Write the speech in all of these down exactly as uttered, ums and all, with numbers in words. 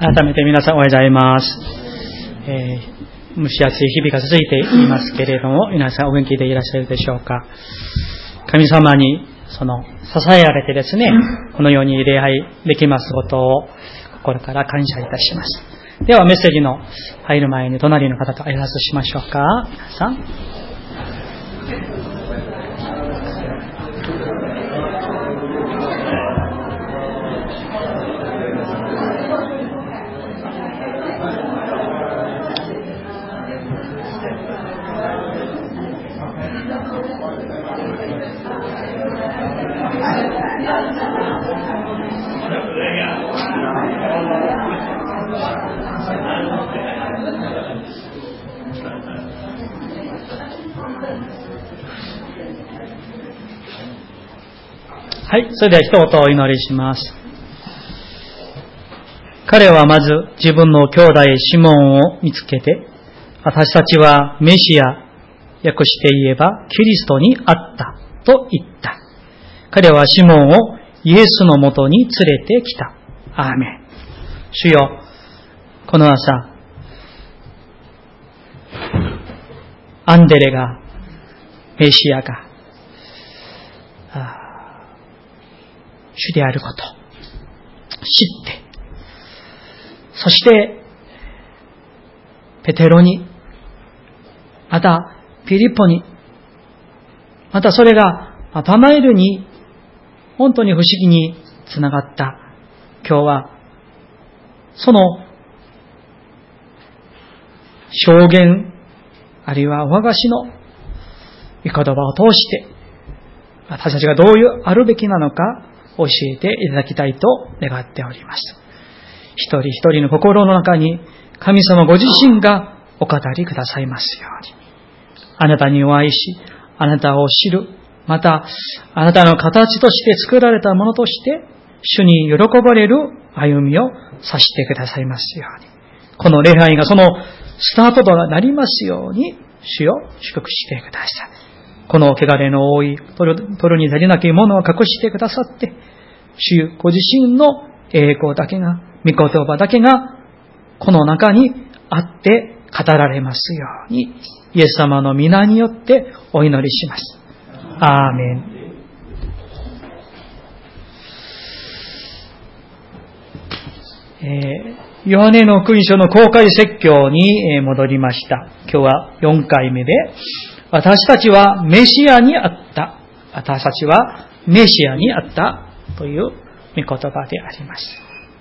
改めて皆さんおはようございます。えー、蒸し暑い日々が続いていますけれども、皆さんお元気でいらっしゃるでしょうか。神様にその支えられてですね、このように礼拝できますことを心から感謝いたします。ではメッセージの入る前に隣の方と挨拶しましょうか。皆さん。はい、それでは一言お祈りします。彼はまず自分の兄弟シモンを見つけて、私たちはメシア、訳して言えばキリストに会ったと言った。彼はシモンをイエスのもとに連れてきた。アーメン。主よ、この朝、アンデレが、メシアが、主であること、知って、そして、ペテロに、また、ピリポに、またそれが、ナタナエルに、本当に不思議につながった。今日は、その、証言、あるいは我がしの御言葉を通して、私たちがどういうあるべきなのか、教えていただきたいと願っております。一人一人の心の中に神様ご自身がお語りくださいますように。あなたにお会いし、あなたを知る、またあなたの形として作られたものとして主に喜ばれる歩みをさせてくださいますように。この礼拝がそのスタートとなりますように、主よ祝福してください。この汚れの多い、取るに足りなきものを隠してくださって、主ご自身の栄光だけが、御言葉だけが、この中にあって語られますように、イエス様の皆によってお祈りします。アーメン。えー、ヨハネの福音書の公開説教に戻りました。今日はよんかいめで、私たちはメシアにあった。私たちはメシアにあったという御言葉であります。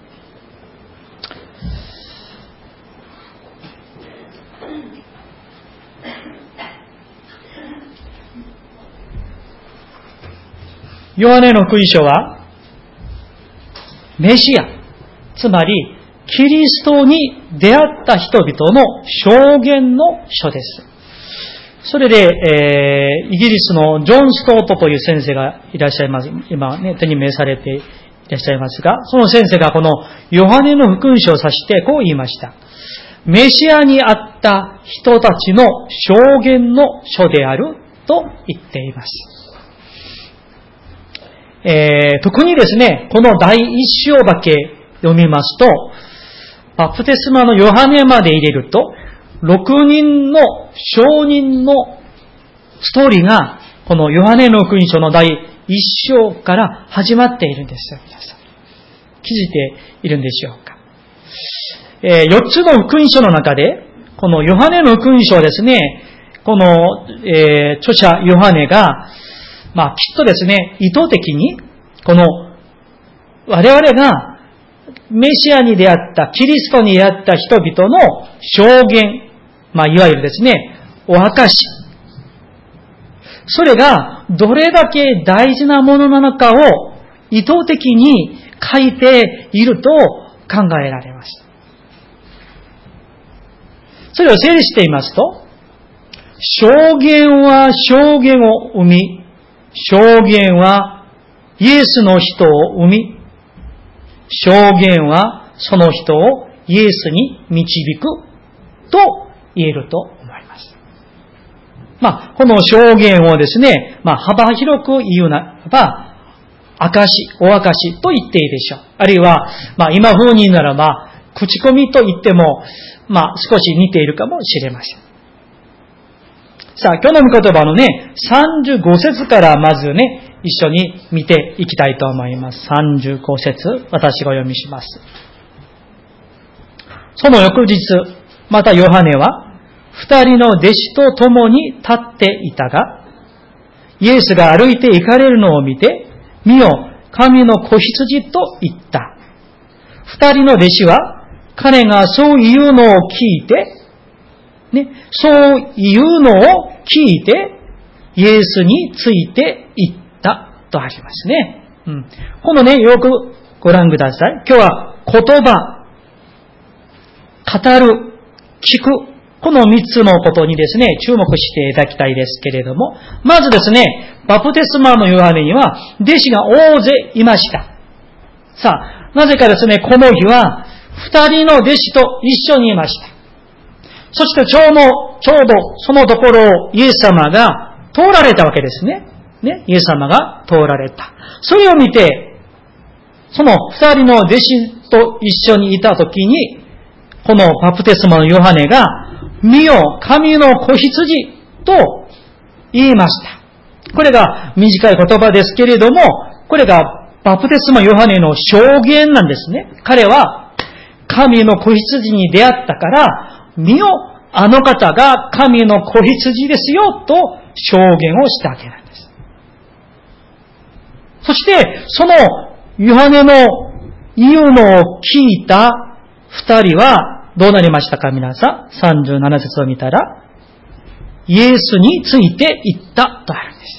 ヨハネの福音書はメシア、つまりキリストに出会った人々の証言の書です。それで、えー、イギリスのジョン・ストートという先生がいらっしゃいます。今ね、手に召されていらっしゃいますが、その先生がこのヨハネの福音書を指してこう言いました。メシアに会った人たちの証言の書であると言っています。えー、特にですね、この第一章だけ読みますと、バプテスマのヨハネまで入れると、ろくにんの証人のストーリーが、このヨハネの福音書の第一章から始まっているんですよ、皆さん。気づいているんでしょうか。えー、よっつの福音書の中で、このヨハネの福音書はですね、この、えー、著者ヨハネが、まあ、きっとですね、意図的に、この、我々が、メシアに出会った、キリストに出会った人々の証言、まあ、いわゆるですね、お証。それが、どれだけ大事なものなのかを、意図的に書いていると考えられます。それを整理していますと、証言は証言を生み、証言はイエスの人を生み、証言はその人をイエスに導くと言えると思います。まあ、この証言をですね、まあ、幅広く言うならば、証、お証と言っていいでしょう。あるいは、まあ、今風に言うならば、 口コミと言っても、まあ少し似ているかもしれません。さあ、今日の御言葉のね、さんじゅうご節からまずね、一緒に見ていきたいと思います。さんじゅうご節、私がお読みします。その翌日、またヨハネは、二人の弟子と共に立っていたが、イエスが歩いて行かれるのを見て、見よ、神の子羊と言った。二人の弟子は、彼がそう言うのを聞いて、ね、そう言うのを聞いて、イエスについて言ったとありますね。うん、このね、よくご覧ください。今日は言葉、語る、聞く、この三つのことにですね、注目していただきたいですけれども、まずですね、バプテスマのヨハネには弟子が大勢いました。さあ、なぜかですね、この日は二人の弟子と一緒にいました。そしてちょうど、ちょうどそのところをイエス様が通られたわけですね。ね、イエス様が通られた。それを見て、その二人の弟子と一緒にいたときに、このバプテスマのヨハネが、見よ、神の子羊と言いました。これが短い言葉ですけれども、これがバプテスマヨハネの証言なんですね。彼は神の子羊に出会ったから、見よ、あの方が神の子羊ですよと証言をしたわけなんです。そして、そのヨハネの言うのを聞いた二人は、どうなりましたか皆さん。さんじゅうなな節を見たら、イエスについて言ったとあるんです。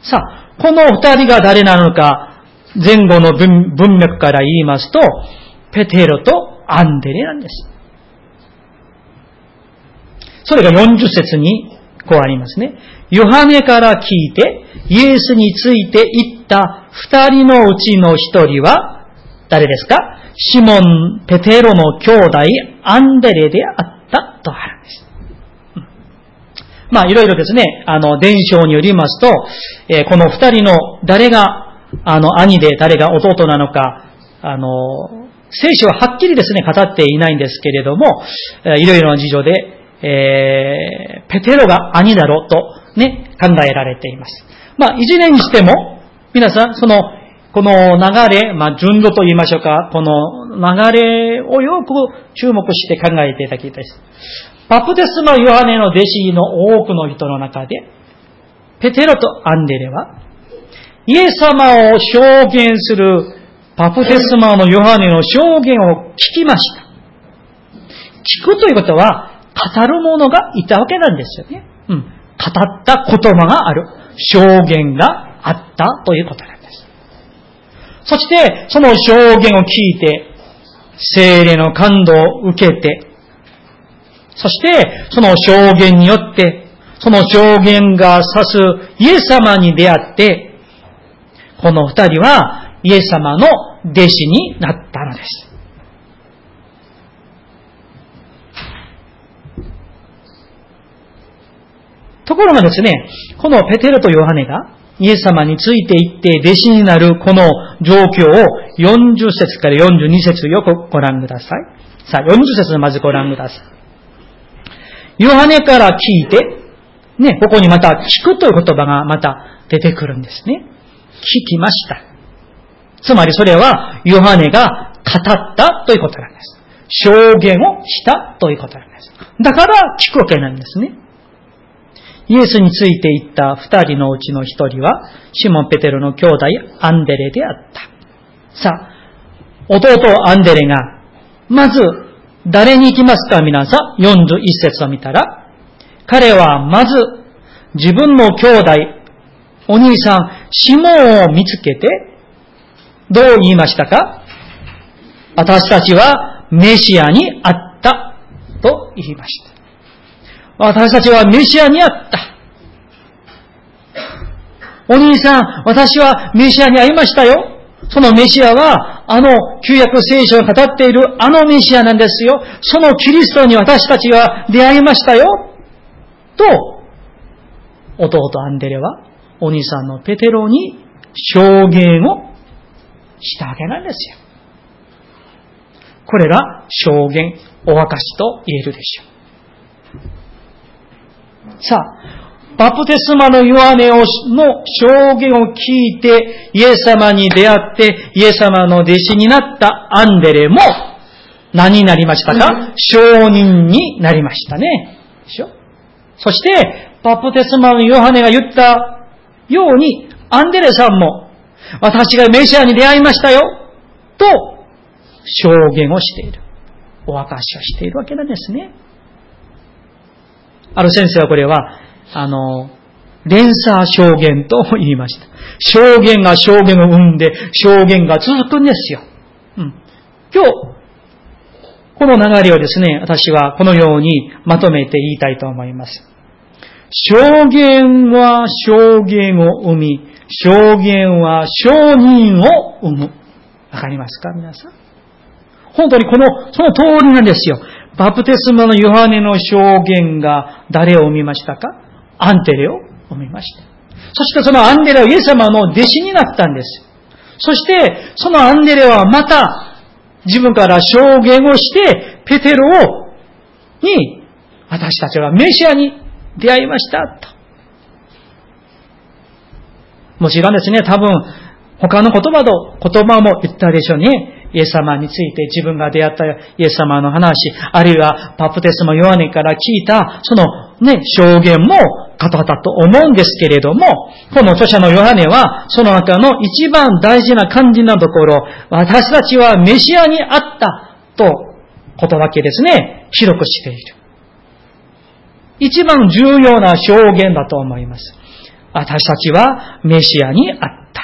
さあ、この二人が誰なのか、前後の 文, 文脈から言いますと、ペテロとアンデレなんです。それがよんじゅう節にこうありますね。ヨハネから聞いて、イエスについて言った二人のうちの一人は、誰ですか？シモン・ペテロの兄弟、アンデレであったとあるんです。うん、まあ、いろいろですね、あの、伝承によりますと、えー、この二人の誰が、あの、兄で誰が弟なのか、あの、聖書ははっきりですね、語っていないんですけれども、えー、いろいろな事情で、えー、ペテロが兄だろうとね、考えられています。まあ、いずれにしても、皆さん、その、この流れ、まあ、順路と言いましょうか、この流れをよく注目して考えていただきたいです。バプテスマヨハネの弟子の多くの人の中で、ペテロとアンデレは、イエス様を証言するバプテスマのヨハネの証言を聞きました。聞くということは、語る者がいたわけなんですよね。うん。語った言葉がある。証言があったということなんです。そして、その証言を聞いて、聖霊の感動を受けて、そして、その証言によって、その証言が指すイエス様に出会って、この二人はイエス様の弟子になったのです。ところがですね、このペテロとヨハネが、イエス様についていって弟子になるこの状況をよんじゅう節からよんじゅうに節よくご覧ください。さあ、よんじゅう節まずご覧ください。ヨハネから聞いて、ね、ここにまた聞くという言葉がまた出てくるんですね。聞きました。つまりそれはヨハネが語ったということなんです。証言をしたということなんです。だから聞くわけなんですね。イエスについていった二人のうちの一人は、シモン・ペテロの兄弟、アンデレであった。さあ、弟アンデレが、まず、誰に行きますか皆さん、よんじゅういち節を見たら、彼はまず、自分の兄弟、お兄さん、シモンを見つけて、どう言いましたか？私たちはメシアに会った、と言いました。私たちはメシアに会った。お兄さん、私はメシアに会いましたよ。そのメシアは、あの旧約聖書が語っているあのメシアなんですよ。そのキリストに私たちは出会いましたよ。と、弟アンデレは、お兄さんのペテロに証言をしたわけなんですよ。 これが証言、お証しと言えるでしょう。さあ、バプテスマのヨハネの証言を聞いて、イエス様に出会って、イエス様の弟子になったアンデレも、何になりましたか？証人になりましたね。でしょ？そして、バプテスマのヨハネが言ったように、アンデレさんも、私がメシアに出会いましたよ、と、証言をしている。お証しをしているわけなんですね。ある先生はこれは、あの、連鎖証言と言いました。証言が証言を生んで、証言が続くんですよ。うん、今日、この流れをですね、私はこのようにまとめて言いたいと思います。証言は証言を生み、証言は証人を生む。わかりますか、皆さん？本当にこの、その通りなんですよ。バプテスマのヨハネの証言が誰を生みましたか？アンデレを生みました。そしてそのアンデレはイエス様の弟子になったんです。そして、そのアンデレはまた、自分から証言をして、ペテロを、に、私たちはメシアに出会いました、と。もちろんですね、多分、他の言葉と、言葉も言ったでしょうね。イエス様について自分が出会ったイエス様の話、あるいはバプテスマヨハネから聞いた、そのね、証言も語ったと思うんですけれども、この著者のヨハネは、その中の一番大事な肝心なところ、私たちはメシアにあったと、ことだけですね、広くしている。一番重要な証言だと思います。私たちはメシアにあった。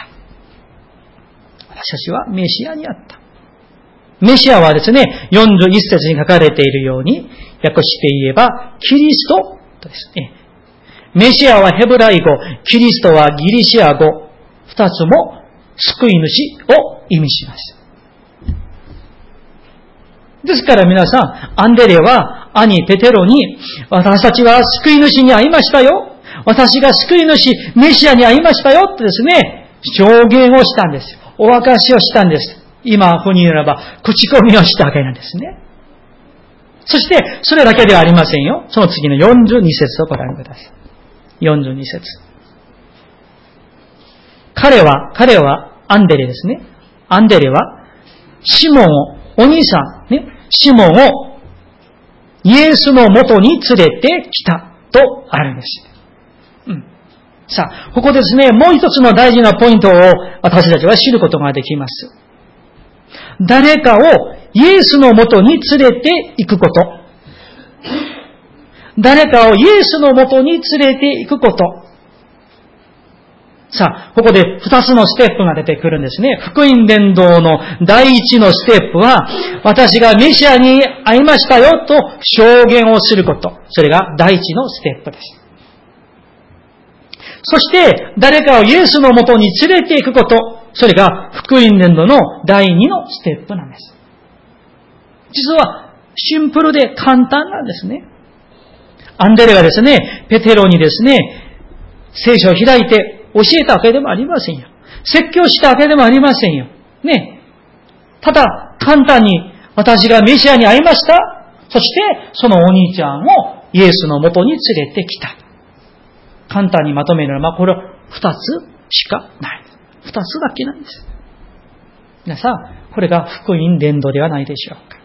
私たちはメシアにあった。メシアはですね、よんじゅういち節に書かれているように、訳して言えば、キリストとですね。メシアはヘブライ語、キリストはギリシア語、二つも救い主を意味します。ですから皆さん、アンデレは兄ペテロに、私たちは救い主に会いましたよ。私が救い主、メシアに会いましたよってですね、証言をしたんですよ。お証しをしたんです。今、ふうに言うならば、口コミをしたわけなんですね。そして、それだけではありませんよ。その次のよんじゅうに節をご覧ください。よんじゅうに節。彼は、彼は、アンデレですね。アンデレは、シモンを、お兄さん、ね、シモンを、イエスの元に連れてきた、とあるんです。うん。さあ、ここですね、もう一つの大事なポイントを私たちは知ることができます。誰かをイエスの元に連れて行くこと。誰かをイエスの元に連れて行くこと。さあ、ここで二つのステップが出てくるんですね。福音伝道の第一のステップは、私がメシアに会いましたよと証言をすること。それが第一のステップです。そして、誰かをイエスの元に連れて行くこと。それが福音伝道の第二のステップなんです。実はシンプルで簡単なんですね。アンデレがですね、ペテロにですね、聖書を開いて教えたわけでもありませんよ。説教したわけでもありませんよ。ね。ただ、簡単に私がメシアに会いました。そして、そのお兄ちゃんをイエスの元に連れてきた。簡単にまとめるのは、これは二つしかない。二つだけなんです。皆さん、これが福音伝道ではないでしょうか。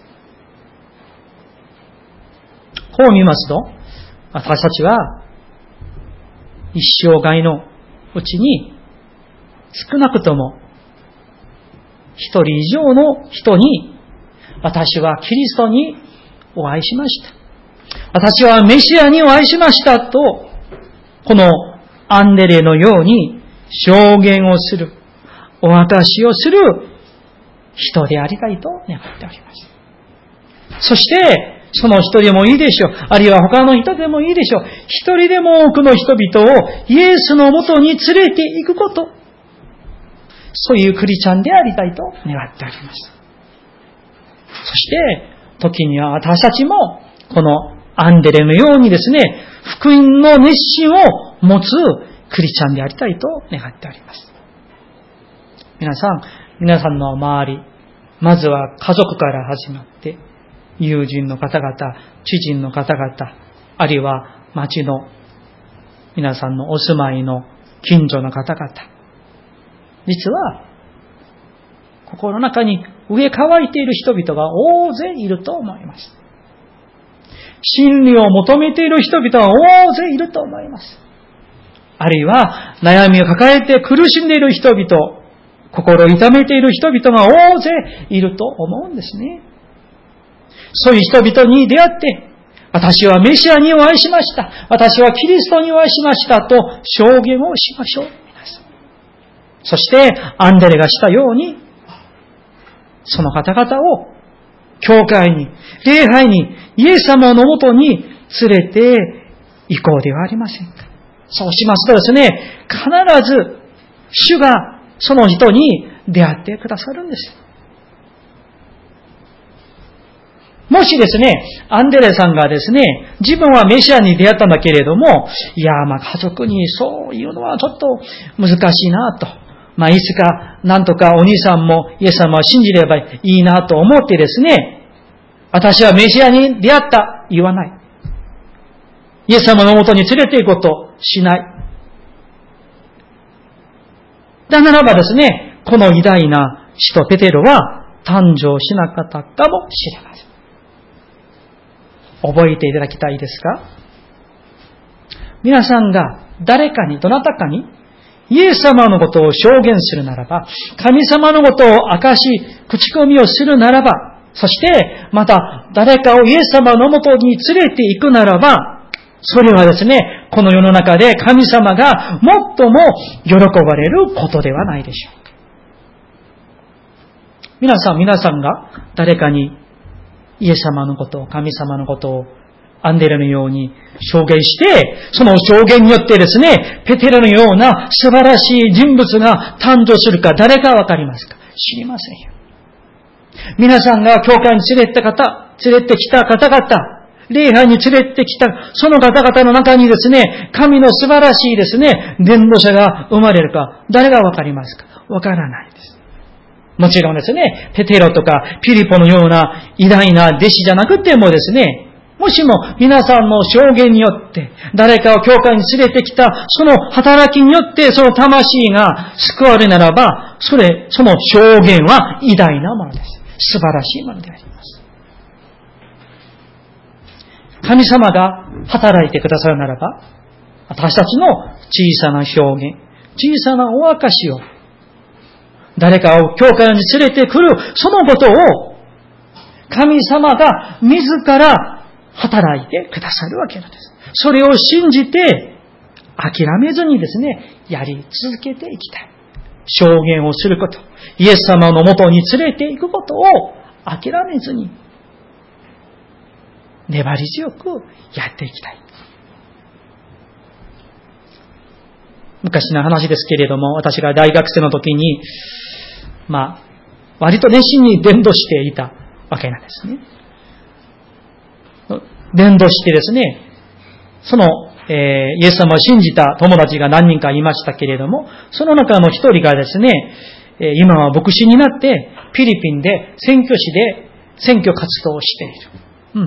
こう見ますと、私たちは一生涯のうちに少なくとも一人以上の人に私はキリストにお会いしました。私はメシアにお会いしましたと、このアンデレのように証言をする、お証しをする人でありたいと願っております。そして、その人でもいいでしょう。あるいは他の人でもいいでしょう。一人でも多くの人々をイエスのもとに連れて行くこと。そういうクリスチャンでありたいと願っております。そして、時には私たちも、このアンデレのようにですね、福音の熱心を持つクリスチャンでありたいと願っております。皆さん、皆さんの周り、 まずは家族から始まって、友人の方々、知人の方々、あるいは町の皆さんのお住まいの近所の方々、実は心の中に飢え渇いている人々が大勢いると思います。真理を求めている人々は大勢いると思います。あるいは悩みを抱えて苦しんでいる人々、心を痛めている人々が大勢いると思うんですね。そういう人々に出会って、私はメシアにお会いしました。私はキリストにお会いしましたと証言をしましょう。皆さん。そして、アンデレがしたように、その方々を教会に、礼拝に、イエス様のもとに連れて行こうではありませんか。そうしますとですね、必ず主がその人に出会ってくださるんです。もしですね、アンデレさんがですね、自分はメシアに出会ったんだけれども、いや、まあ家族にそういうのはちょっと難しいなと。まあいつかなんとかお兄さんもイエス様を信じればいいなと思ってですね、私はメシアに出会った言わない。イエス様のもとに連れて行くことしない。だならばですね、この偉大な使徒ペテロは誕生しなかったかもしれません。覚えていただきたいですか？皆さんが誰かに、どなたかに、イエス様のことを証言するならば、神様のことを明かし、口コミをするならば、そして、また誰かをイエス様のもとに連れて行くならば、それはですね、この世の中で神様が最も喜ばれることではないでしょうか。皆さん、皆さんが誰かにイエス様のことを、神様のことをアンデレのように証言して、その証言によってですね、ペテロのような素晴らしい人物が誕生するか誰かわかりますか？知りませんよ。皆さんが教会に連れてた方、連れてきた方々、礼拝に連れてきたその方々の中にですね、神の素晴らしいですね、伝道者が生まれるか誰がわかりますか？わからないです。もちろんですね、ペテロとかピリポのような偉大な弟子じゃなくてもですね、もしも皆さんの証言によって誰かを教会に連れてきたその働きによってその魂が救われるならば、それ、その証言は偉大なものです。素晴らしいものであります。神様が働いてくださるならば、私たちの小さな表現、小さなお証しを誰かを教会に連れてくるそのことを神様が自ら働いてくださるわけなんです。それを信じて諦めずにですね、やり続けていきたい。証言をすること、イエス様のもとに連れて行くことを諦めずに粘り強くやっていきたい。昔の話ですけれども、私が大学生の時に、まあ、割と熱心に伝道していたわけなんですね。伝道してですね、その、えー、イエス様を信じた友達が何人かいましたけれども、その中の一人がですね、えー、今は牧師になって、フィリピンで宣教師で選挙活動をしている。うん。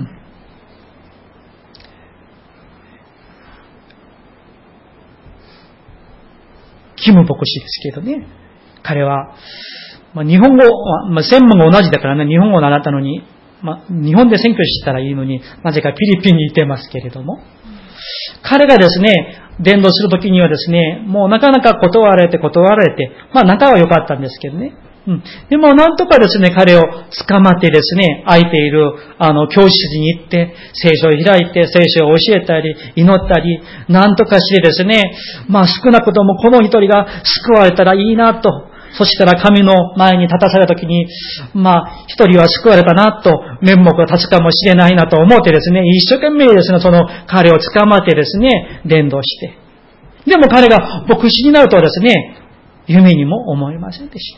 キム牧師ですけどね。彼は、まあ、日本語、まあ、専門が同じだからね、日本語を習ったのに、まあ、日本で選挙したらいいのに、なぜかフィリピンにいてますけれども、彼がですね、伝道するときにはですね、もうなかなか断られて断られて、まあ仲は良かったんですけどね。うん。でもなんとかですね、彼を捕まってですね、空いている、あの、教室に行って、聖書を開いて、聖書を教えたり、祈ったり、なんとかしてですね、まあ少なくともこの一人が救われたらいいなと、そしたら神の前に立たされたときに、まあ一人は救われたなと、面目が立つかもしれないなと思ってですね、一生懸命ですね、その彼を捕まってですね、伝道して。でも彼が牧師になるとはですね、夢にも思いませんでした。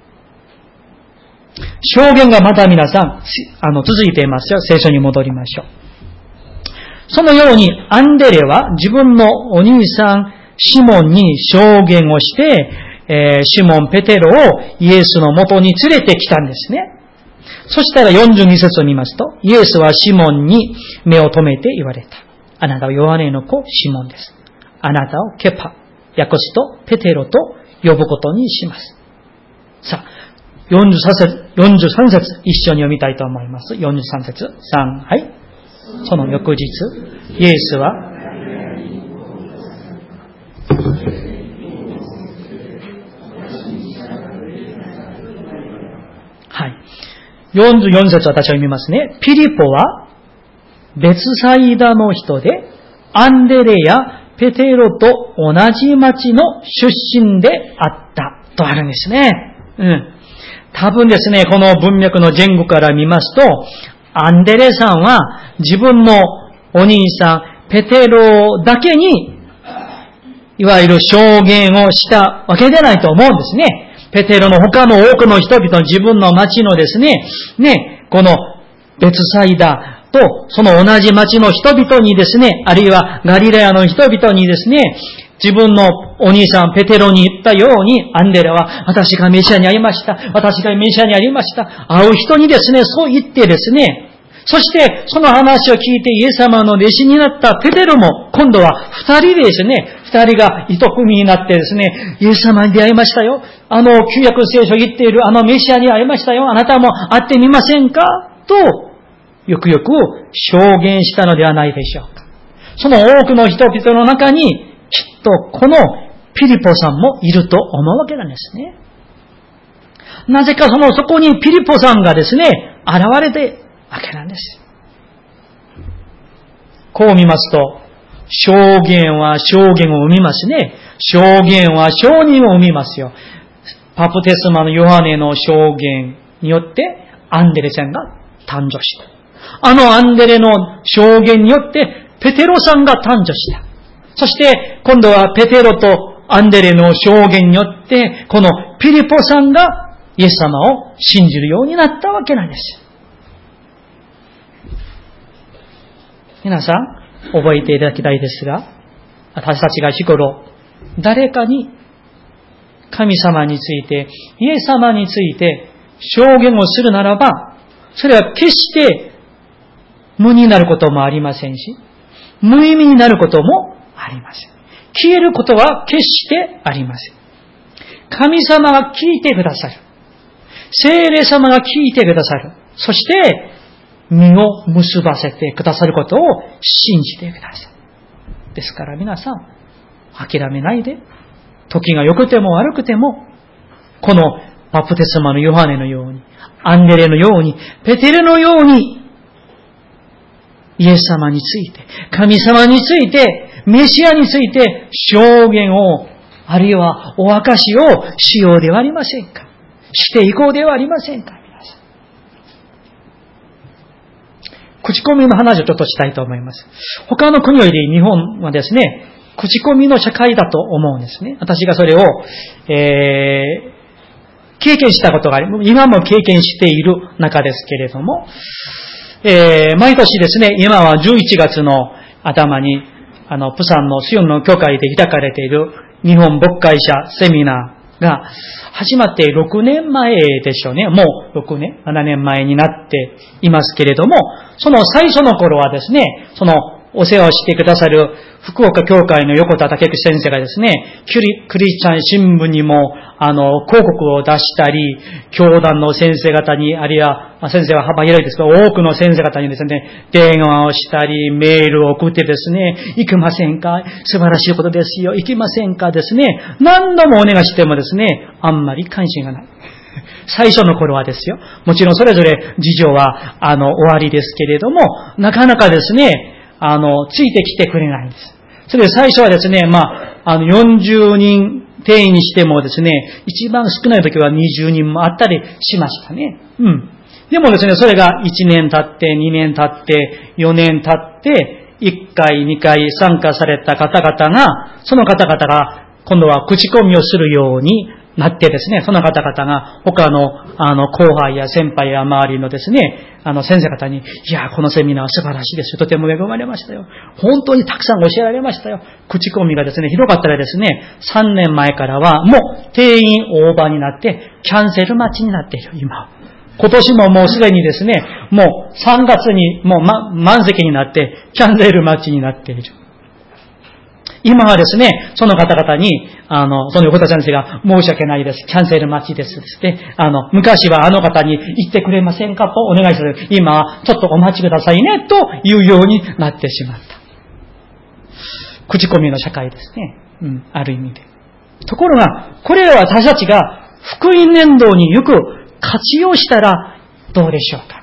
証言がまた皆さん、あの、続いていますよ。聖書に戻りましょう。そのように、アンデレは自分のお兄さん、シモンに証言をして、 えー、シモン・ペテロをイエスの元に連れてきたんですね。そしたらよんじゅうに節を見ますと、イエスはシモンに目を留めて言われた。あなたはヨハネの子シモンです。あなたをケパ、訳すとペテロと呼ぶことにします。さあ、よんじゅうさん節、よんじゅうさん節一緒に読みたいと思います。よんじゅうさん節、さん、はい。その翌日、イエスは、はい。よんじゅうよん節私は読みますね。ピリポは、ベツサイダの人で、アンデレやペテロと同じ町の出身であったとあるんですね。うん。多分ですね、この文脈の前後から見ますと、アンデレさんは自分のお兄さん、ペテロだけに、いわゆる証言をしたわけでないと思うんですね。ペテロの他の多くの人々、自分の町のですね、ね、このベツサイダとその同じ町の人々にですね、あるいはガリラヤの人々にですね、自分のお兄さんペテロに言ったように、アンデレは私がメシアに会いました。私がメシアに会いました。会う人にですね、そう言ってですね、そしてその話を聞いてイエス様の弟子になったペテロも今度は二人ですね、二人が一組になってですね、イエス様に出会いましたよ。あの旧約聖書を言っているあのメシアに会いましたよ。あなたも会ってみませんかと、よくよく証言したのではないでしょうか。その多くの人々の中に、きっとこのピリポさんもいると思うわけなんですね。なぜかそのそこにピリポさんがですね、現れてわけなんです。こう見ますと、証言は証言を生みますね。証言は証人を生みますよ。バプテスマのヨハネの証言によってアンデレさんが誕生した。あのアンデレの証言によってペテロさんが誕生した。そして今度はペテロとアンデレの証言によってこのピリポさんがイエス様を信じるようになったわけなんです。皆さん覚えていただきたいですが、私たちが日頃誰かに神様について、イエス様について証言をするならば、それは決して無になることもありませんし、無意味になることもありません。消えることは決してありません。神様が聞いてくださる。聖霊様が聞いてくださる。そして、実を結ばせてくださることを信じてください。ですから皆さん、諦めないで、時が良くても悪くても、このバプテスマのヨハネのように、アンデレのように、ペテレのように、イエス様について、神様について、メシアについて証言を、あるいはお証しをしようではありませんか。していこうではありませんか。口コミの話をちょっとしたいと思います。他の国より日本はですね、口コミの社会だと思うんですね。私がそれを、えー、経験したことがあり、今も経験している中ですけれども、えー、毎年ですね、今はじゅういちがつの頭に、あの、プサンのシオンの教会で開かれている日本牧会者セミナーが始まってろくねんまえでしょうね。もうろくねん、ななねんまえになっていますけれども、その最初の頃はですね、そのお世話をしてくださる福岡教会の横田武樹先生がですね、クリ、クリスチャン新聞にも、あの、広告を出したり、教団の先生方に、あるいは、まあ、先生は幅広いですが、多くの先生方にですね、電話をしたり、メールを送ってですね、行きませんか？素晴らしいことですよ。行きませんか？ですね、何度もお願いしてもですね、あんまり関心がない。最初の頃はですよ。もちろんそれぞれ事情は、あの、終わりですけれども、なかなかですね、あの、ついてきてくれないんです。それで最初はですね、まあ、あの、よんじゅうにん定員にしてもですね、一番少ない時はにじゅうにんもあったりしましたね。うん。でもですね、それがいちねん経って、にねん経って、よねん経って、いっかい、にかい参加された方々が、その方々が今度は口コミをするようになってですね、その方々が他のあの後輩や先輩や周りのですね、あの先生方に、いや、このセミナーは素晴らしいですよ。とても恵まれましたよ。本当にたくさん教えられましたよ。口コミがですね、広かったらですね、さんねんまえからはもう定員オーバーになってキャンセル待ちになっている、今。今年ももうすでにですね、もうさんがつにもう、ま、満席になってキャンセル待ちになっている。今はですね、その方々に、あの、その横田先生が申し訳ないです。キャンセル待ちですですね。あの、昔はあの方に言ってくれませんかとお願いする。今はちょっとお待ちくださいね、というようになってしまった。口コミの社会ですね。うん、ある意味で。ところが、これを私たちが福音伝道によく活用したらどうでしょうか。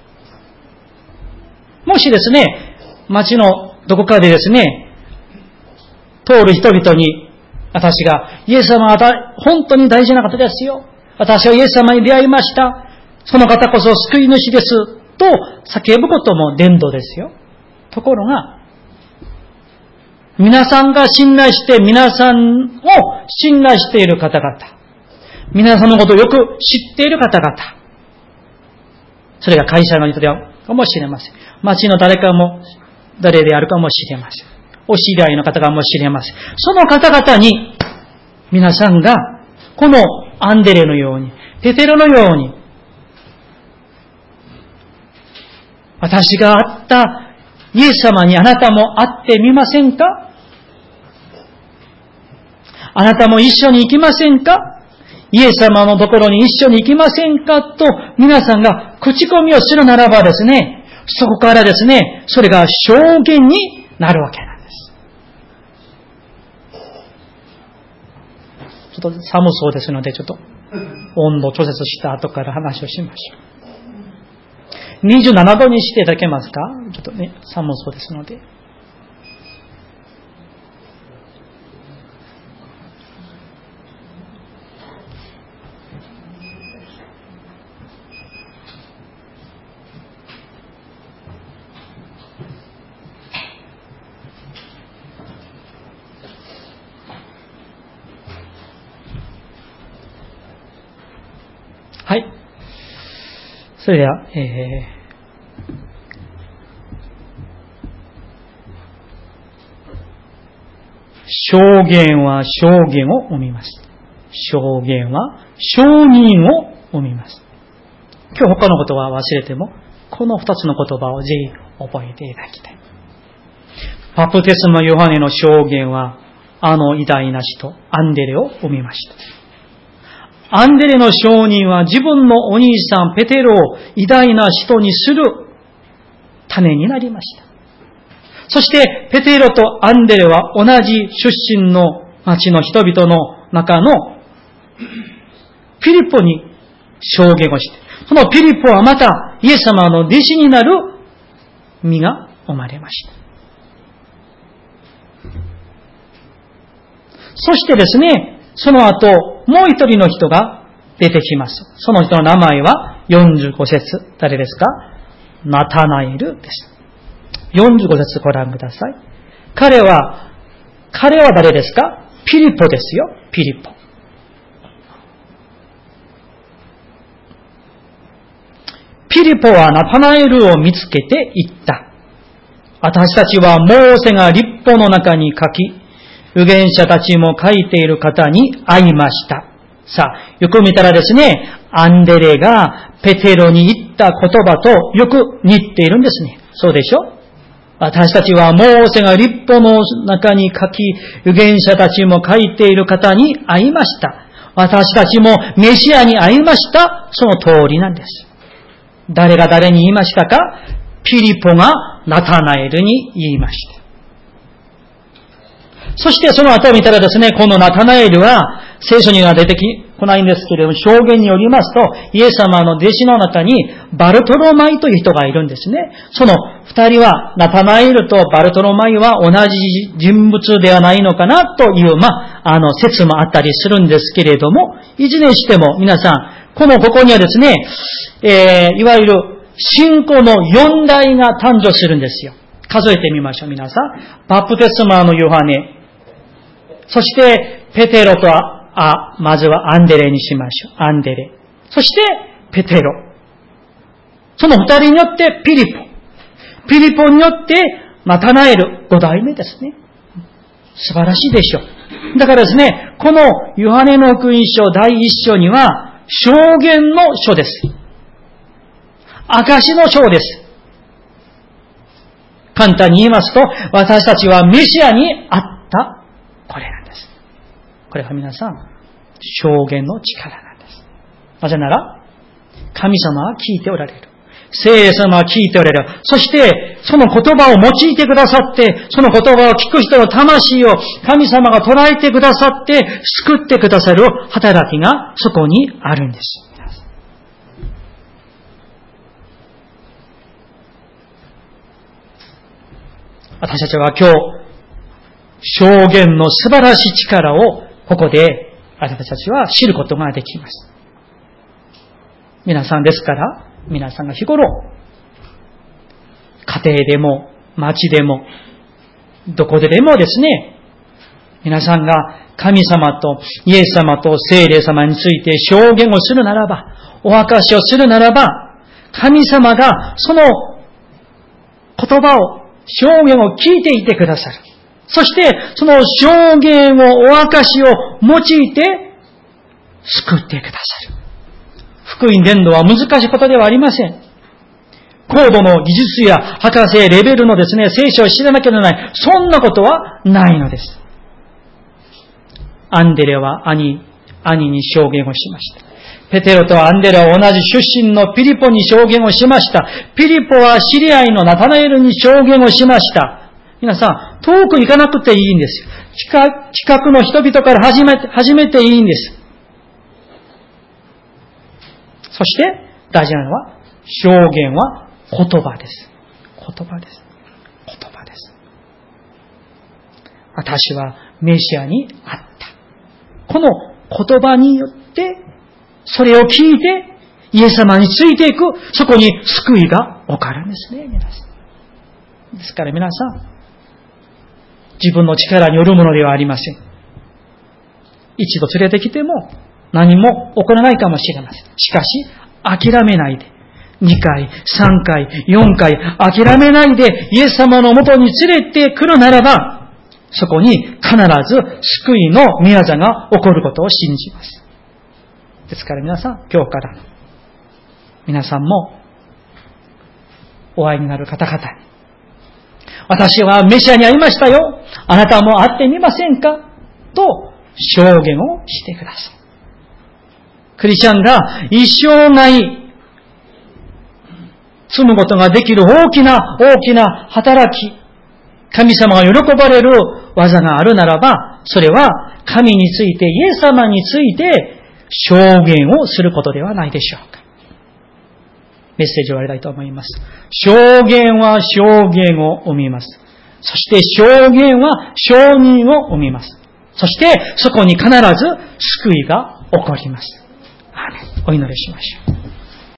もしですね、街のどこかでですね、通る人々に、私が、イエス様は本当に大事な方ですよ。私はイエス様に出会いました。その方こそ救い主です。と叫ぶことも伝道ですよ。ところが、皆さんが信頼して、皆さんを信頼している方々、皆さんのことをよく知っている方々、それが会社の人であるかもしれません。町の誰かも、誰であるかもしれません。お知り合いの方かもしれません。その方々に、皆さんが、このアンデレのように、ペテロのように、私が会ったイエス様にあなたも会ってみませんか？あなたも一緒に行きませんか？イエス様のところに一緒に行きませんか？と、皆さんが口コミをするならばですね、そこからですね、それが証言になるわけなんです。ちょっと寒そうですので、ちょっと温度調節した後から話をしましょう。にじゅうななどにしていただけますか？ちょっとね、寒そうですので。はい。それでは、えー、証言は証言を生みます。証言は証人を生みます。今日他の言葉は忘れても、この二つの言葉をぜひ覚えていただきたい。バプテスマヨハネの証言は、あの偉大な人、アンデレを生みました。アンデレの証人は自分のお兄さんペテロを偉大な人にする種になりました。そしてペテロとアンデレは同じ出身の町の人々の中のピリポに証言をして、そのピリポはまたイエス様の弟子になる実が生まれました。そしてですね、その後、もう一人の人が出てきます。その人の名前はよんじゅうご節。誰ですか？ナタナエルです。よんじゅうご節ご覧ください。彼は、彼は誰ですか？ピリポですよ。ピリポ。ピリポはナタナエルを見つけて言った。私たちはモーセが律法の中に書き、預言者たちも書いている方に会いました。さあ、よく見たらですね、アンデレがペテロに言った言葉とよく似ているんですね。そうでしょ？私たちはモーセが律法の中に書き、預言者たちも書いている方に会いました。私たちもメシアに会いました。その通りなんです。誰が誰に言いましたか？ピリポがナタナエルに言いました。そしてその後を見たらですね、このナタナエルは聖書には出てこないんですけれども、証言によりますと、イエス様の弟子の中にバルトロマイという人がいるんですね。その二人は、ナタナエルとバルトロマイは同じ人物ではないのかなという、まあ、あの説もあったりするんですけれども、いずれにしても皆さん、このここにはですね、えー、いわゆる信仰の四代が誕生するんですよ。数えてみましょう、皆さん。バプテスマのヨハネ、そしてペテロとあ、まずはアンデレにしましょう。アンデレ。そしてペテロ。その二人によってピリポ。ピリポによってナタナエル、五代目ですね。素晴らしいでしょう。だからですね、このヨハネの福音書第一章には証言の書です。証の書です。簡単に言いますと、私たちはメシアにあったこれなんです。これは皆さん、証言の力なんです。なぜなら、神様は聞いておられる。聖霊様は聞いておられる。そして、その言葉を用いてくださって、その言葉を聞く人の魂を神様が捉えてくださって、救ってくださる働きがそこにあるんです。私たちは今日、証言の素晴らしい力をここで私たちは知ることができます。皆さんですから、皆さんが日頃、家庭でも、町でも、どこででもですね、皆さんが神様とイエス様と聖霊様について証言をするならば、お証しをするならば、神様がその言葉を、証言を聞いていてくださる。そして、その証言を、お証しを用いて、救ってくださる。福音伝道は難しいことではありません。高度の技術や博士レベルのですね、聖書を知らなきゃならない。そんなことはないのです。アンデレは兄、兄に証言をしました。ペテロとアンデレは同じ出身のピリポに証言をしました。ピリポは知り合いのナタナエルに証言をしました。皆さん、遠く行かなくていいんですよ。近くの人々から始めて、始めていいんです。そして、大事なのは、証言は言葉です。言葉です。言葉です。私はメシアにあった。この言葉によって、それを聞いて、イエス様についていく、そこに救いが起こるんですね、皆さん。ですから皆さん、自分の力によるものではありません。一度連れてきても何も起こらないかもしれません。しかし、諦めないで、にかい、さんかい、よんかい、諦めないで、イエス様のもとに連れてくるならば、そこに必ず救いの御業が起こることを信じます。ですから皆さん、今日から皆さんもお会いになる方々に、私はメシアに会いましたよ。あなたも会ってみませんかと証言をしてください。クリスチャンが一生涯積むことができる大きな大きな働き、神様が喜ばれる技があるならば、それは神について、イエス様について証言をすることではないでしょうか。メッセージを終わりたいと思います。証言は証言を生みます。そして証言は証人を生みます。そしてそこに必ず救いが起こります。アーメン。お祈りしましょう。